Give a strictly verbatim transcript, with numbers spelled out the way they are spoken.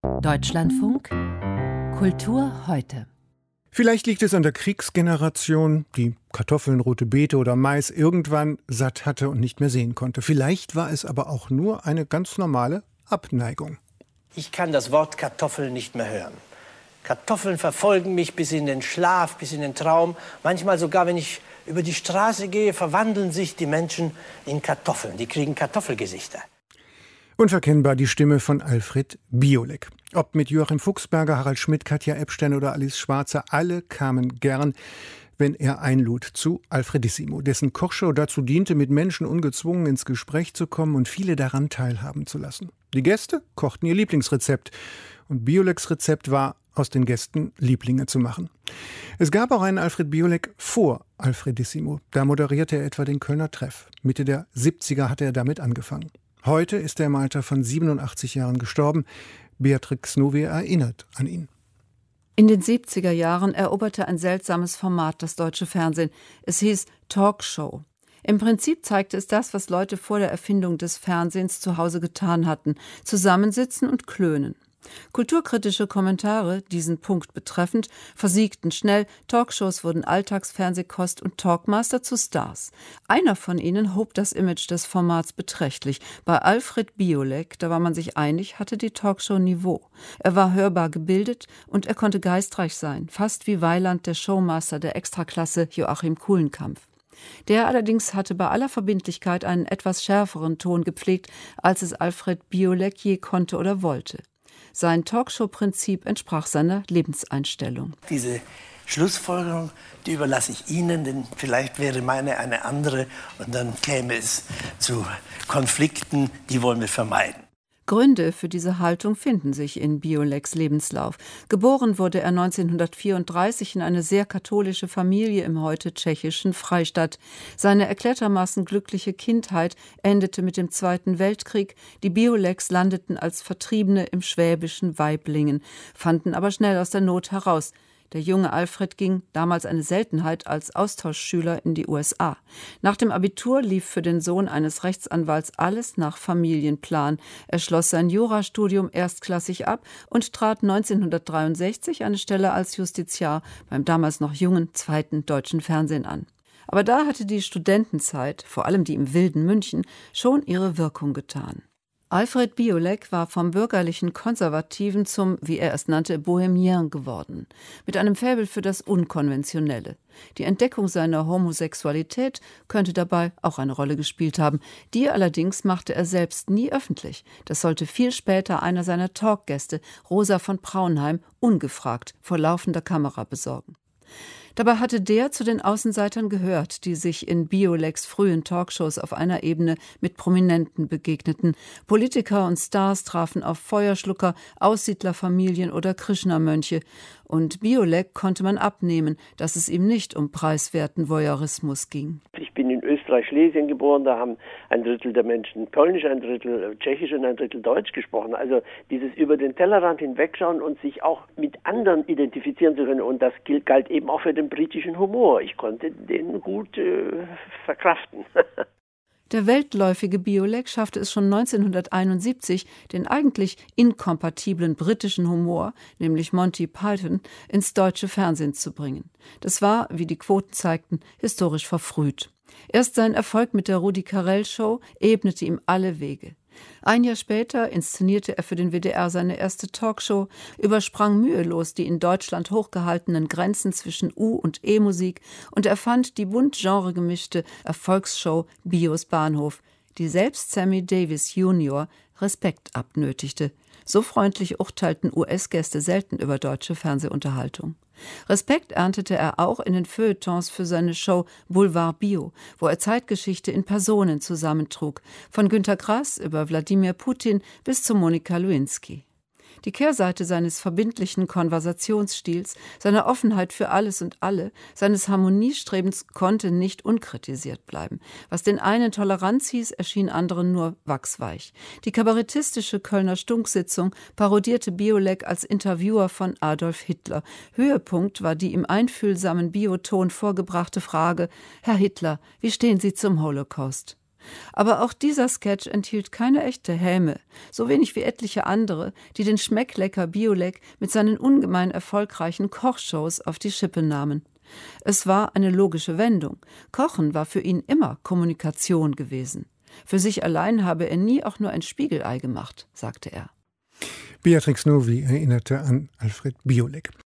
Deutschlandfunk Kultur heute. Vielleicht liegt es an der Kriegsgeneration, die Kartoffeln, rote Beete oder Mais irgendwann satt hatte und nicht mehr sehen konnte. Vielleicht war es aber auch nur eine ganz normale Abneigung. Ich kann das Wort Kartoffeln nicht mehr hören. Kartoffeln verfolgen mich bis in den Schlaf, bis in den Traum. Manchmal sogar, wenn ich über die Straße gehe, verwandeln sich die Menschen in Kartoffeln. Die kriegen Kartoffelgesichter. Unverkennbar die Stimme von Alfred Biolek. Ob mit Joachim Fuchsberger, Harald Schmidt, Katja Epstein oder Alice Schwarzer, alle kamen gern, wenn er einlud zu Alfredissimo, dessen Kochshow dazu diente, mit Menschen ungezwungen ins Gespräch zu kommen und viele daran teilhaben zu lassen. Die Gäste kochten ihr Lieblingsrezept und Bioleks Rezept war, aus den Gästen Lieblinge zu machen. Es gab auch einen Alfred Biolek vor Alfredissimo. Da moderierte er etwa den Kölner Treff. Mitte der siebziger hatte er damit angefangen. Heute ist er im Alter von siebenundachtzig Jahren gestorben. Beatrix Nowe erinnert an ihn. In den siebziger Jahren eroberte ein seltsames Format das deutsche Fernsehen. Es hieß Talkshow. Im Prinzip zeigte es das, was Leute vor der Erfindung des Fernsehens zu Hause getan hatten: zusammensitzen und klönen. Kulturkritische Kommentare, diesen Punkt betreffend, versiegten schnell. Talkshows wurden Alltagsfernsehkost und Talkmaster zu Stars. Einer von ihnen hob das Image des Formats beträchtlich. Bei Alfred Biolek, da war man sich einig, hatte die Talkshow Niveau. Er war hörbar gebildet und er konnte geistreich sein, fast wie Weiland, der Showmaster der Extraklasse Joachim Kulenkampff. Der allerdings hatte bei aller Verbindlichkeit einen etwas schärferen Ton gepflegt, als es Alfred Biolek je konnte oder wollte. Sein Talkshow-Prinzip entsprach seiner Lebenseinstellung. Diese Schlussfolgerung, die überlasse ich Ihnen, denn vielleicht wäre meine eine andere und dann käme es zu Konflikten, die wollen wir vermeiden. Gründe für diese Haltung finden sich in Bioleks Lebenslauf. Geboren wurde er neunzehnhundertvierunddreißig in eine sehr katholische Familie im heute tschechischen Freistadt. Seine erklärtermaßen glückliche Kindheit endete mit dem Zweiten Weltkrieg. Die Bioleks landeten als Vertriebene im schwäbischen Waiblingen, fanden aber schnell aus der Not heraus. Der junge Alfred ging, damals eine Seltenheit, als Austauschschüler in die U S A. Nach dem Abitur lief für den Sohn eines Rechtsanwalts alles nach Familienplan. Er schloss sein Jurastudium erstklassig ab und trat neunzehnhundertdreiundsechzig eine Stelle als Justiziar beim damals noch jungen zweiten deutschen Fernsehen an. Aber da hatte die Studentenzeit, vor allem die im wilden München, schon ihre Wirkung getan. Alfred Biolek war vom bürgerlichen Konservativen zum, wie er es nannte, Bohemien geworden, mit einem Faible für das Unkonventionelle. Die Entdeckung seiner Homosexualität könnte dabei auch eine Rolle gespielt haben. Die allerdings machte er selbst nie öffentlich. Das sollte viel später einer seiner Talkgäste, Rosa von Praunheim, ungefragt vor laufender Kamera besorgen. Dabei hatte der zu den Außenseitern gehört, die sich in Bioleks frühen Talkshows auf einer Ebene mit Prominenten begegneten. Politiker und Stars trafen auf Feuerschlucker, Aussiedlerfamilien oder Krishna-Mönche. Und Biolek konnte man abnehmen, dass es ihm nicht um preiswerten Voyeurismus ging. Ich bin in Österreich-Schlesien geboren, da haben ein Drittel der Menschen Polnisch, ein Drittel Tschechisch und ein Drittel Deutsch gesprochen. Also dieses über den Tellerrand hinwegschauen und sich auch mit anderen identifizieren zu können. Und das galt eben auch für den britischen Humor. Ich konnte den gut äh, verkraften. Der weltläufige Biolek schaffte es schon neunzehnhunderteinundsiebzig, den eigentlich inkompatiblen britischen Humor, nämlich Monty Python, ins deutsche Fernsehen zu bringen. Das war, wie die Quoten zeigten, historisch verfrüht. Erst sein Erfolg mit der Rudi Carrell-Show ebnete ihm alle Wege. Ein Jahr später inszenierte er für den W D R seine erste Talkshow, übersprang mühelos die in Deutschland hochgehaltenen Grenzen zwischen U- und E-Musik und erfand die bunt genregemischte Erfolgsshow Bios Bahnhof, die selbst Sammy Davis Junior Respekt abnötigte. So freundlich urteilten U S-Gäste selten über deutsche Fernsehunterhaltung. Respekt erntete er auch in den Feuilletons für seine Show Boulevard Bio, wo er Zeitgeschichte in Personen zusammentrug, von Günter Grass über Wladimir Putin bis zu Monika Lewinsky. Die Kehrseite seines verbindlichen Konversationsstils, seiner Offenheit für alles und alle, seines Harmoniestrebens konnte nicht unkritisiert bleiben. Was den einen Toleranz hieß, erschien anderen nur wachsweich. Die kabarettistische Kölner Stunksitzung parodierte Biolek als Interviewer von Adolf Hitler. Höhepunkt war die im einfühlsamen Bioton vorgebrachte Frage: Herr Hitler, wie stehen Sie zum Holocaust? Aber auch dieser Sketch enthielt keine echte Häme, so wenig wie etliche andere, die den Schmecklecker Biolek mit seinen ungemein erfolgreichen Kochshows auf die Schippe nahmen. Es war eine logische Wendung. Kochen war für ihn immer Kommunikation gewesen. Für sich allein habe er nie auch nur ein Spiegelei gemacht, sagte er. Beatrix Nowy erinnerte an Alfred Biolek.